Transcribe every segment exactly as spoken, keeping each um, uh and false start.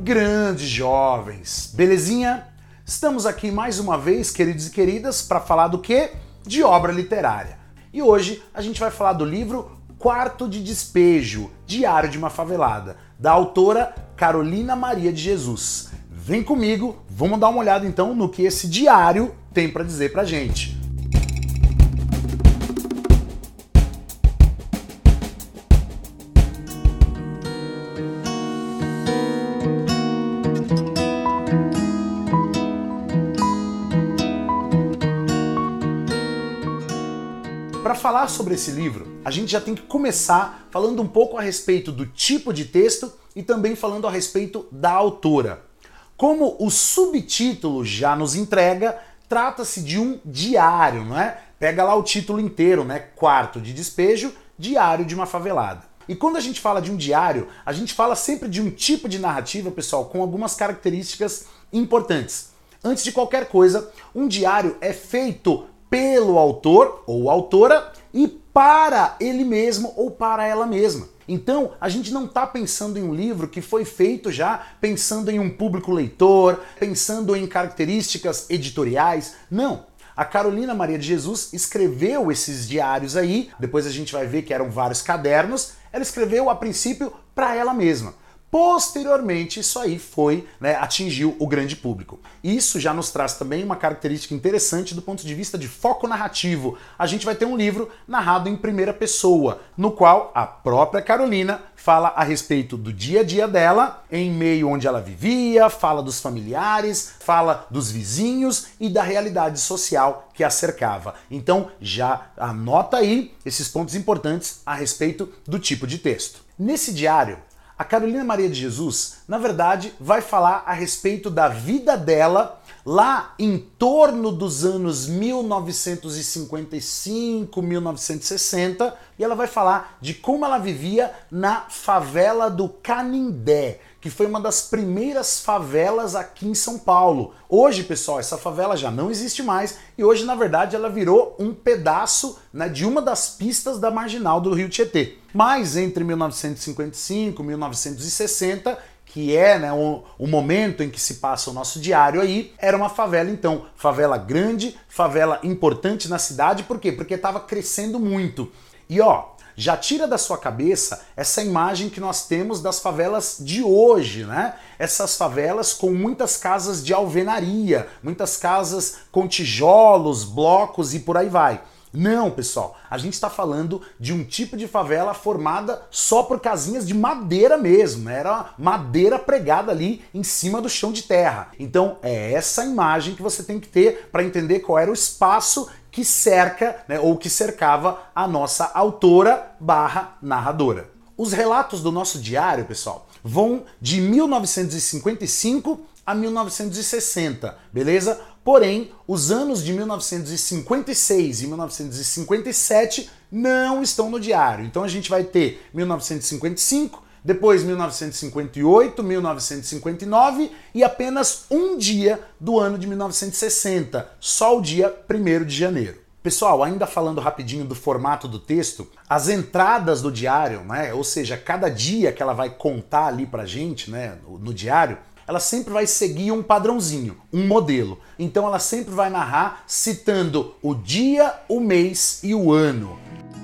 Grandes jovens, belezinha? Estamos aqui mais uma vez, queridos e queridas, para falar do quê? De obra literária. E hoje a gente vai falar do livro Quarto de Despejo, Diário de uma Favelada, da autora Carolina Maria de Jesus. Vem comigo, vamos dar uma olhada então no que esse diário tem para dizer pra gente. Para falar sobre esse livro, a gente já tem que começar falando um pouco a respeito do tipo de texto e também falando a respeito da autora. Como o subtítulo já nos entrega, trata-se de um diário, não é? Pega lá o título inteiro, né? Quarto de Despejo, Diário de uma Favelada. E quando a gente fala de um diário, a gente fala sempre de um tipo de narrativa, pessoal, com algumas características importantes. Antes de qualquer coisa, um diário é feito pelo autor ou autora e para ele mesmo ou para ela mesma. Então, a gente não está pensando em um livro que foi feito já pensando em um público leitor, pensando em características editoriais. Não. A Carolina Maria de Jesus escreveu esses diários aí, depois a gente vai ver que eram vários cadernos, ela escreveu a princípio para ela mesma. Posteriormente, isso aí foi, né, atingiu o grande público. Isso já nos traz também uma característica interessante do ponto de vista de foco narrativo. A gente vai ter um livro narrado em primeira pessoa, no qual a própria Carolina fala a respeito do dia a dia dela, em meio onde ela vivia, fala dos familiares, fala dos vizinhos e da realidade social que a cercava. Então já anota aí esses pontos importantes a respeito do tipo de texto. Nesse diário, a Carolina Maria de Jesus, na verdade, vai falar a respeito da vida dela lá em torno dos anos mil novecentos e cinquenta e cinco, mil novecentos e sessenta, e ela vai falar de como ela vivia na favela do Canindé, que foi uma das primeiras favelas aqui em São Paulo. Hoje, pessoal, essa favela já não existe mais e hoje, na verdade, ela virou um pedaço, né, de uma das pistas da marginal do Rio Tietê. Mas entre mil novecentos e cinquenta e cinco e mil novecentos e sessenta, que é, né, o, o momento em que se passa o nosso diário aí, era uma favela, então, favela grande, favela importante na cidade. Por quê? Porque estava crescendo muito. E ó, já tira da sua cabeça essa imagem que nós temos das favelas de hoje, né? Essas favelas com muitas casas de alvenaria, muitas casas com tijolos, blocos e por aí vai. Não, pessoal, a gente está falando de um tipo de favela formada só por casinhas de madeira mesmo, né? Era madeira pregada ali em cima do chão de terra. Então é essa imagem que você tem que ter para entender qual era o espaço que cerca, né, ou que cercava a nossa autora barra narradora. Os relatos do nosso diário, pessoal, vão de mil novecentos e cinquenta e cinco a mil novecentos e sessenta, beleza? Porém, os anos de mil novecentos e cinquenta e seis e mil novecentos e cinquenta e sete não estão no diário. Então a gente vai ter mil novecentos e cinquenta e cinco, depois mil novecentos e cinquenta e oito, mil novecentos e cinquenta e nove e apenas um dia do ano de mil novecentos e sessenta, só o dia primeiro de janeiro. Pessoal, ainda falando rapidinho do formato do texto, as entradas do diário, né, ou seja, cada dia que ela vai contar ali pra gente, né, no, no diário, ela sempre vai seguir um padrãozinho, um modelo. Então ela sempre vai narrar citando o dia, o mês e o ano.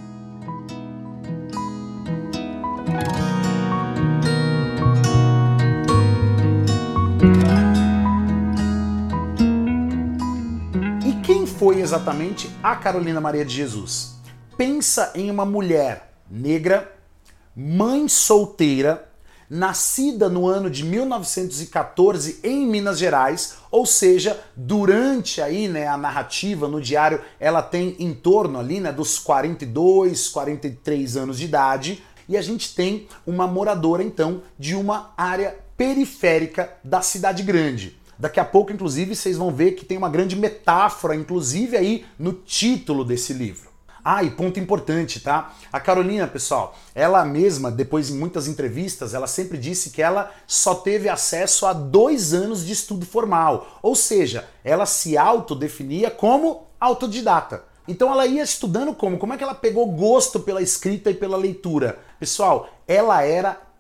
E quem foi exatamente a Carolina Maria de Jesus? Pensa em uma mulher negra, mãe solteira, nascida no ano de mil novecentos e quatorze em Minas Gerais, ou seja, durante aí, né, a narrativa no diário, ela tem em torno ali, né, dos quarenta e dois, quarenta e três anos de idade, e a gente tem uma moradora então de uma área periférica da cidade grande. Daqui a pouco, inclusive, vocês vão ver que tem uma grande metáfora, inclusive aí no título desse livro. Ah, e ponto importante, tá? A Carolina, pessoal, ela mesma, depois em muitas entrevistas, ela sempre disse que ela só teve acesso a dois anos de estudo formal. Ou seja, ela se autodefinia como autodidata. Então ela ia estudando como? Como é que ela pegou gosto pela escrita e pela leitura? Pessoal, ela era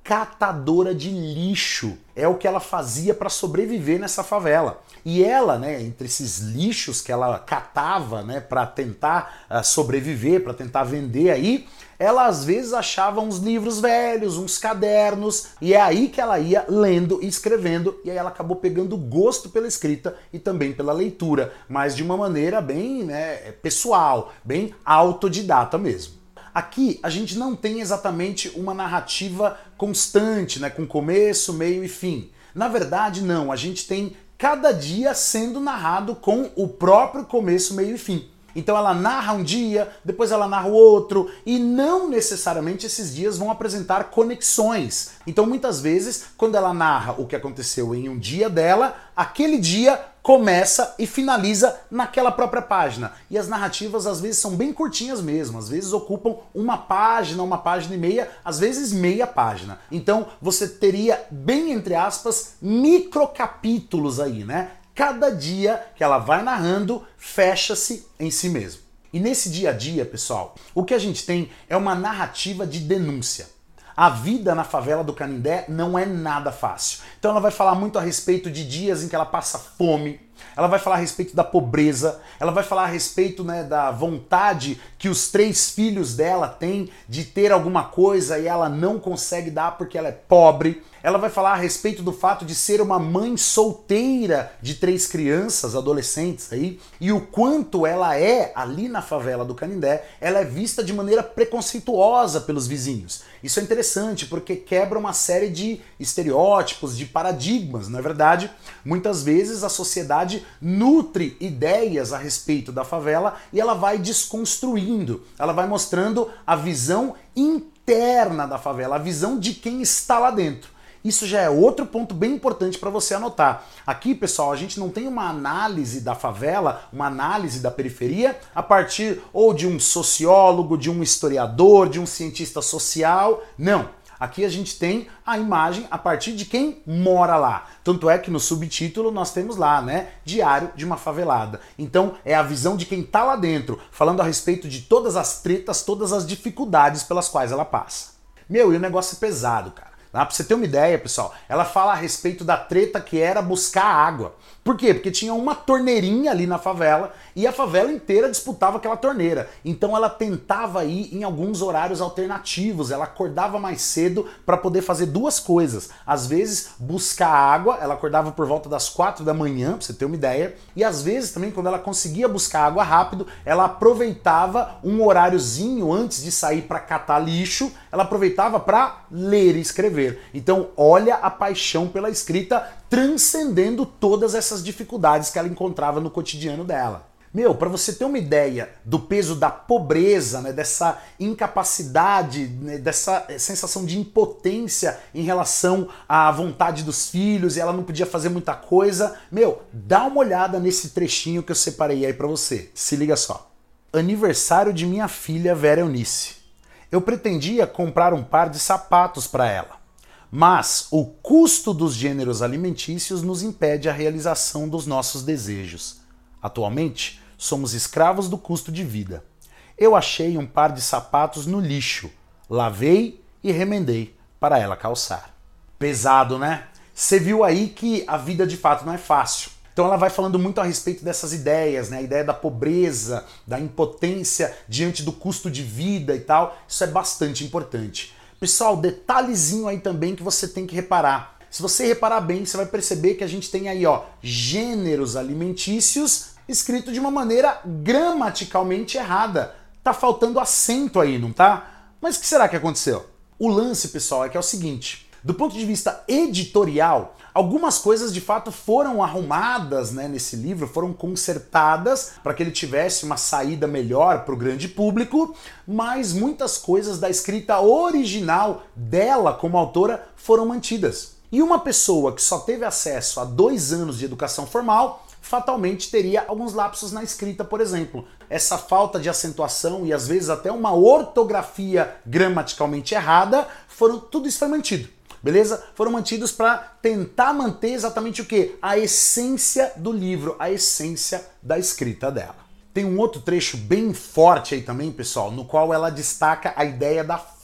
catadora de lixo. É o que ela fazia para sobreviver nessa favela. E ela, né, entre esses lixos que ela catava, né, para tentar uh, sobreviver, para tentar vender aí, ela às vezes achava uns livros velhos, uns cadernos, e é aí que ela ia lendo e escrevendo, e aí ela acabou pegando gosto pela escrita e também pela leitura, mas de uma maneira bem, né, pessoal, bem autodidata mesmo. Aqui a gente não tem exatamente uma narrativa constante, né, com começo, meio e fim. Na verdade, não, a gente tem cada dia sendo narrado com o próprio começo, meio e fim. Então ela narra um dia, depois ela narra o outro, e não necessariamente esses dias vão apresentar conexões. Então muitas vezes, quando ela narra o que aconteceu em um dia dela, aquele dia começa e finaliza naquela própria página. E as narrativas às vezes são bem curtinhas mesmo, às vezes ocupam uma página, uma página e meia, às vezes meia página. Então você teria, bem entre aspas, microcapítulos aí, né? Cada dia que ela vai narrando, fecha-se em si mesmo. E nesse dia a dia, pessoal, o que a gente tem é uma narrativa de denúncia. A vida na favela do Canindé não é nada fácil. Então ela vai falar muito a respeito de dias em que ela passa fome, ela vai falar a respeito da pobreza, ela vai falar a respeito, né, da vontade que os três filhos dela têm de ter alguma coisa e ela não consegue dar porque ela é pobre. Ela vai falar a respeito do fato de ser uma mãe solteira de três crianças, adolescentes aí, e o quanto ela é, ali na favela do Canindé, ela é vista de maneira preconceituosa pelos vizinhos. Isso é interessante porque quebra uma série de estereótipos, de paradigmas, não é verdade? Muitas vezes a sociedade nutre ideias a respeito da favela e ela vai desconstruindo, ela vai mostrando a visão interna da favela, a visão de quem está lá dentro. Isso já é outro ponto bem importante para você anotar. Aqui, pessoal, a gente não tem uma análise da favela, uma análise da periferia, a partir ou de um sociólogo, de um historiador, de um cientista social. Não. Aqui a gente tem a imagem a partir de quem mora lá. Tanto é que no subtítulo nós temos lá, né? Diário de uma favelada. Então é a visão de quem está lá dentro, falando a respeito de todas as tretas, todas as dificuldades pelas quais ela passa. Meu, e o negócio é pesado, cara. Ah, pra você ter uma ideia, pessoal, ela fala a respeito da treta que era buscar água. Por quê? Porque tinha uma torneirinha ali na favela e a favela inteira disputava aquela torneira. Então ela tentava ir em alguns horários alternativos, ela acordava mais cedo para poder fazer duas coisas. Às vezes buscar água, ela acordava por volta das quatro da manhã, pra você ter uma ideia, e às vezes também quando ela conseguia buscar água rápido, ela aproveitava um horáriozinho antes de sair para catar lixo, ela aproveitava para ler e escrever. Então olha a paixão pela escrita transcendendo todas essas dificuldades que ela encontrava no cotidiano dela. Meu, para você ter uma ideia do peso da pobreza, né, dessa incapacidade, né, dessa sensação de impotência em relação à vontade dos filhos e ela não podia fazer muita coisa, meu, dá uma olhada nesse trechinho que eu separei aí para você. Se liga só. Aniversário de minha filha Vera Eunice. Eu pretendia comprar um par de sapatos para ela. Mas o custo dos gêneros alimentícios nos impede a realização dos nossos desejos. Atualmente, somos escravos do custo de vida. Eu achei um par de sapatos no lixo, lavei e remendei para ela calçar. Pesado, né? Você viu aí que a vida de fato não é fácil. Então ela vai falando muito a respeito dessas ideias, né? A ideia da pobreza, da impotência diante do custo de vida e tal. Isso é bastante importante. Pessoal, detalhezinho aí também que você tem que reparar. Se você reparar bem, você vai perceber que a gente tem aí, ó, gêneros alimentícios escrito de uma maneira gramaticalmente errada. Tá faltando acento aí, não tá? Mas o que será que aconteceu? O lance, pessoal, é que é o seguinte. Do ponto de vista editorial, algumas coisas de fato foram arrumadas, né, nesse livro, foram consertadas para que ele tivesse uma saída melhor para o grande público, mas muitas coisas da escrita original dela como autora foram mantidas. E uma pessoa que só teve acesso a dois anos de educação formal fatalmente teria alguns lapsos na escrita, por exemplo. Essa falta de acentuação e às vezes até uma ortografia gramaticalmente errada, foram, tudo isso foi mantido. Beleza? Foram mantidos para tentar manter exatamente o quê? A essência do livro, a essência da escrita dela. Tem um outro trecho bem forte aí também, pessoal, no qual ela destaca a ideia da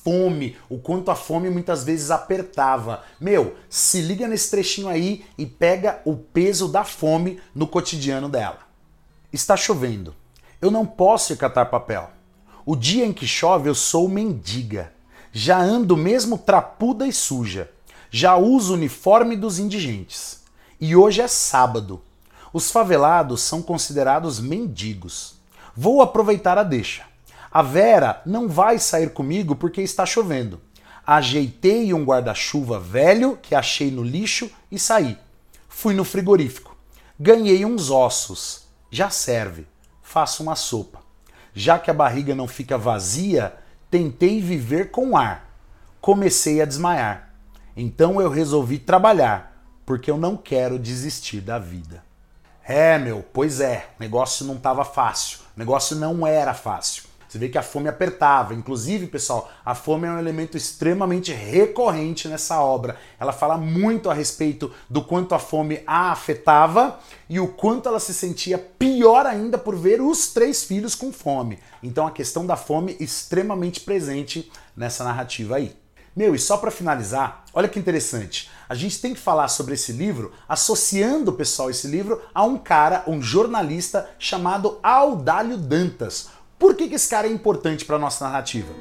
fome, o quanto a fome muitas vezes apertava. Meu, se liga nesse trechinho aí e pega o peso da fome no cotidiano dela. Está chovendo. Eu não posso ir catar papel. O dia em que chove eu sou mendiga. Já ando mesmo trapuda e suja. Já uso o uniforme dos indigentes. E hoje é sábado. Os favelados são considerados mendigos. Vou aproveitar a deixa. A Vera não vai sair comigo porque está chovendo. Ajeitei um guarda-chuva velho que achei no lixo e saí. Fui no frigorífico. Ganhei uns ossos. Já serve. Faço uma sopa. Já que a barriga não fica vazia, tentei viver com ar. Comecei a desmaiar. Então eu resolvi trabalhar, porque eu não quero desistir da vida. É, meu, pois é, o negócio não estava fácil, o negócio não era fácil. Você vê que a fome apertava. Inclusive, pessoal, a fome é um elemento extremamente recorrente nessa obra. Ela fala muito a respeito do quanto a fome a afetava e o quanto ela se sentia pior ainda por ver os três filhos com fome. Então a questão da fome extremamente presente nessa narrativa aí. Meu, e só para finalizar, olha que interessante. A gente tem que falar sobre esse livro associando, pessoal, esse livro a um cara, um jornalista chamado Audálio Dantas. Por que que esse cara é importante para a nossa narrativa?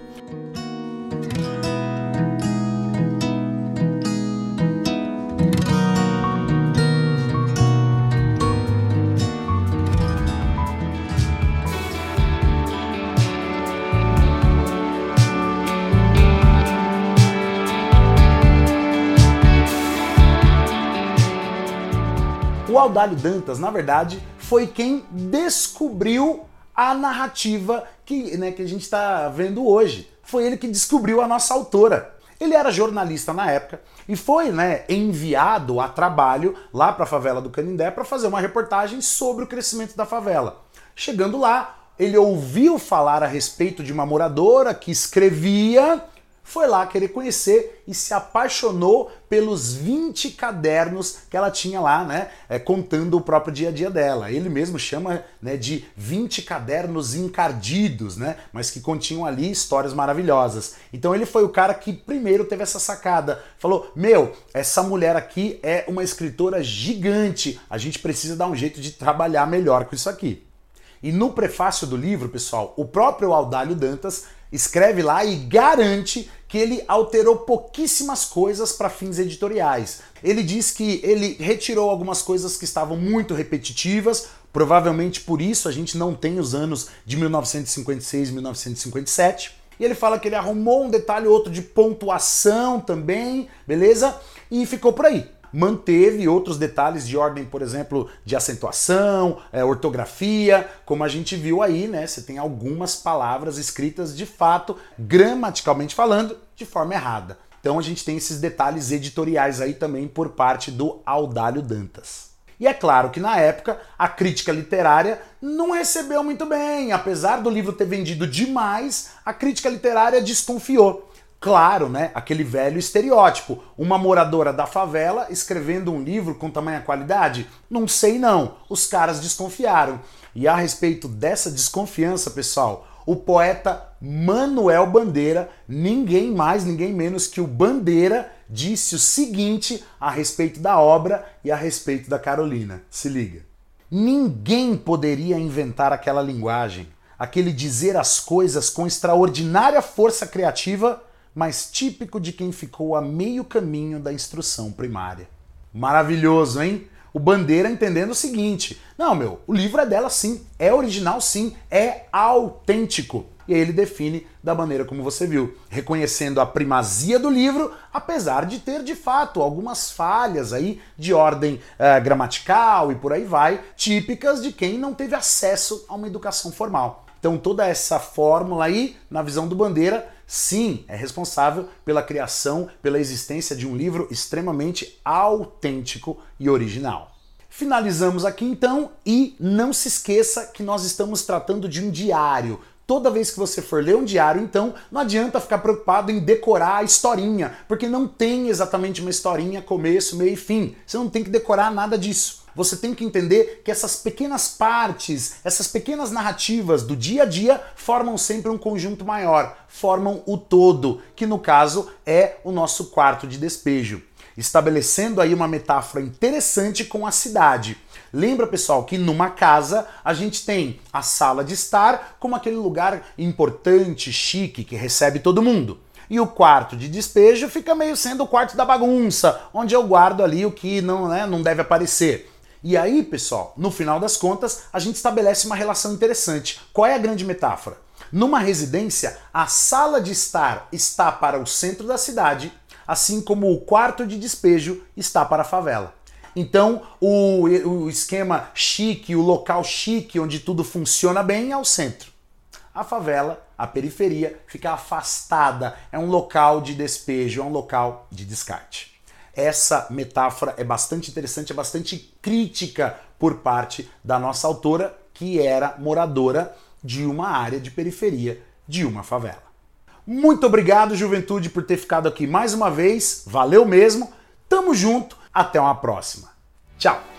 O Audálio Dantas, na verdade, foi quem descobriu a narrativa que, né, que a gente está vendo hoje. Foi ele que descobriu a nossa autora. Ele era jornalista na época e foi, né, enviado a trabalho lá para a favela do Canindé para fazer uma reportagem sobre o crescimento da favela. Chegando lá, ele ouviu falar a respeito de uma moradora que escrevia, foi lá querer conhecer e se apaixonou pelos vinte cadernos que ela tinha lá, né, é, contando o próprio dia a dia dela. Ele mesmo chama, né, de vinte cadernos encardidos, né, mas que continham ali histórias maravilhosas. Então ele foi o cara que primeiro teve essa sacada. Falou, meu, essa mulher aqui é uma escritora gigante, a gente precisa dar um jeito de trabalhar melhor com isso aqui. E no prefácio do livro, pessoal, o próprio Audálio Dantas escreve lá e garante que ele alterou pouquíssimas coisas para fins editoriais. Ele diz que ele retirou algumas coisas que estavam muito repetitivas, provavelmente por isso a gente não tem os anos de mil novecentos e cinquenta e seis e mil novecentos e cinquenta e sete. E ele fala que ele arrumou um detalhe ou outro de pontuação também, beleza? E ficou por aí. Manteve outros detalhes de ordem, por exemplo, de acentuação, é, ortografia, como a gente viu aí, né? Você tem algumas palavras escritas de fato, gramaticalmente falando, de forma errada. Então a gente tem esses detalhes editoriais aí também por parte do Audálio Dantas. E é claro que na época a crítica literária não recebeu muito bem, apesar do livro ter vendido demais, a crítica literária desconfiou. Claro, né? Aquele velho estereótipo. Uma moradora da favela escrevendo um livro com tamanha qualidade? Não sei não. Os caras desconfiaram. E a respeito dessa desconfiança, pessoal, o poeta Manuel Bandeira, ninguém mais, ninguém menos que o Bandeira, disse o seguinte a respeito da obra e a respeito da Carolina. Se liga. Ninguém poderia inventar aquela linguagem, aquele dizer as coisas com extraordinária força criativa, mas típico de quem ficou a meio caminho da instrução primária. Maravilhoso, hein? O Bandeira entendendo o seguinte, não, meu, o livro é dela sim, é original sim, é autêntico. E aí ele define da maneira como você viu, reconhecendo a primazia do livro, apesar de ter, de fato, algumas falhas aí de ordem uh, gramatical e por aí vai, típicas de quem não teve acesso a uma educação formal. Então toda essa fórmula aí, na visão do Bandeira, sim, é responsável pela criação, pela existência de um livro extremamente autêntico e original. Finalizamos aqui então e não se esqueça que nós estamos tratando de um diário. Toda vez que você for ler um diário, então, não adianta ficar preocupado em decorar a historinha, porque não tem exatamente uma historinha, começo, meio e fim. Você não tem que decorar nada disso. Você tem que entender que essas pequenas partes, essas pequenas narrativas do dia a dia formam sempre um conjunto maior, formam o todo, que no caso é o nosso quarto de despejo. Estabelecendo aí uma metáfora interessante com a cidade. Lembra, pessoal, que numa casa a gente tem a sala de estar como aquele lugar importante, chique, que recebe todo mundo. E o quarto de despejo fica meio sendo o quarto da bagunça, onde eu guardo ali o que não, né, não deve aparecer. E aí, pessoal, no final das contas, a gente estabelece uma relação interessante. Qual é a grande metáfora? Numa residência, a sala de estar está para o centro da cidade, assim como o quarto de despejo está para a favela. Então, o, o esquema chique, o local chique, onde tudo funciona bem, é o centro. A favela, a periferia, fica afastada, é um local de despejo, é um local de descarte. Essa metáfora é bastante interessante, é bastante crítica por parte da nossa autora, que era moradora de uma área de periferia de uma favela. Muito obrigado, juventude, por ter ficado aqui mais uma vez. Valeu mesmo. Tamo junto. Até uma próxima. Tchau.